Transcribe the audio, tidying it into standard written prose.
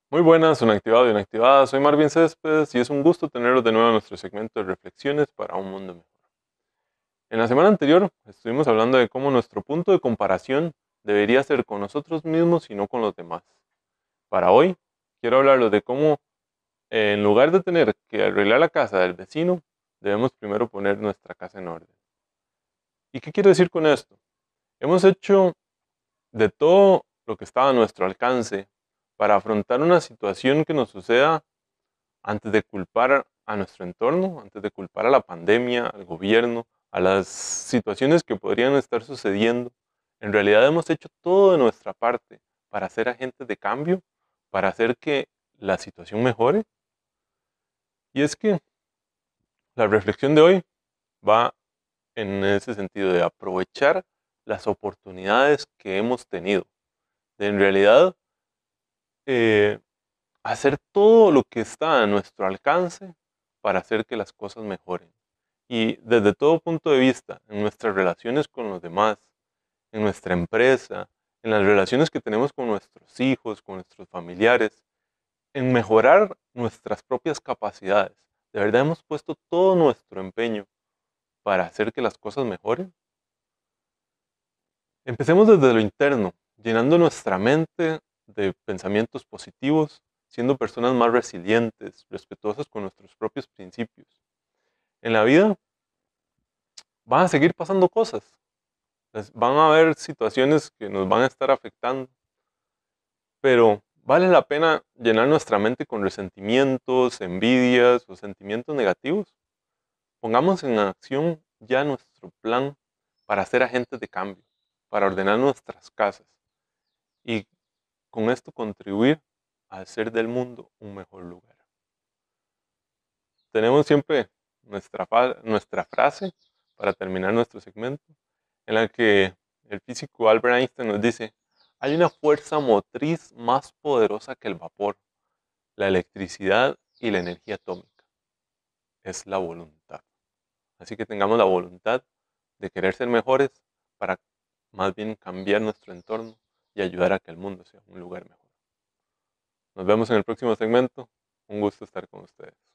Muy buenas, un activado y una activada. Soy Marvin Céspedes y es un gusto tenerlos de nuevo en nuestro segmento de reflexiones para un mundo mejor. En la semana anterior estuvimos hablando de cómo nuestro punto de comparación debería ser con nosotros mismos y no con los demás. Para hoy quiero hablarles de cómo en lugar de tener que arreglar la casa del vecino, debemos primero poner nuestra casa en orden. ¿Y qué quiero decir con esto? Hemos hecho de todo lo que estaba a nuestro alcance para afrontar una situación que nos suceda antes de culpar a nuestro entorno, antes de culpar a la pandemia, al gobierno, a las situaciones que podrían estar sucediendo. En realidad hemos hecho todo de nuestra parte para ser agentes de cambio, para hacer que la situación mejore. Y es que la reflexión de hoy va en ese sentido de aprovechar las oportunidades que hemos tenido, de en realidad eh, hacer todo lo que está a nuestro alcance para hacer que las cosas mejoren. Y desde todo punto de vista, en nuestras relaciones con los demás, en nuestra empresa, en las relaciones que tenemos con nuestros hijos, con nuestros familiares, en mejorar nuestras propias capacidades. ¿De verdad hemos puesto todo nuestro empeño para hacer que las cosas mejoren? Empecemos desde lo interno, llenando nuestra mente de pensamientos positivos, siendo personas más resilientes, respetuosas con nuestros propios principios. En la vida van a seguir pasando cosas, van a haber situaciones que nos van a estar afectando, pero ¿vale la pena llenar nuestra mente con resentimientos, envidias o sentimientos negativos? Pongamos en acción ya nuestro plan para ser agentes de cambio, para ordenar nuestras casas y con esto contribuir a hacer del mundo un mejor lugar. Tenemos siempre nuestra frase para terminar nuestro segmento, en la que el físico Albert Einstein nos dice, hay una fuerza motriz más poderosa que el vapor, la electricidad y la energía atómica. Es la voluntad. Así que tengamos la voluntad de querer ser mejores para más bien cambiar nuestro entorno y ayudar a que el mundo sea un lugar mejor. Nos vemos en el próximo segmento. Un gusto estar con ustedes.